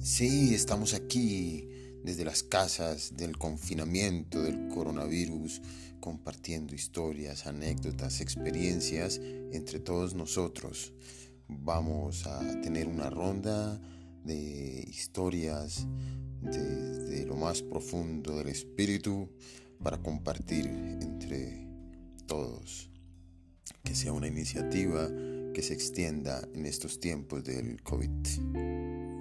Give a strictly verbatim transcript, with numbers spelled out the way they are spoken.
Sí, estamos aquí desde las casas del confinamiento del coronavirus, compartiendo historias, anécdotas, experiencias entre todos nosotros. Vamos a tener una ronda de historias desde lo más profundo del espíritu para compartir entre todos. Que sea una iniciativa que se extienda en estos tiempos del COVID.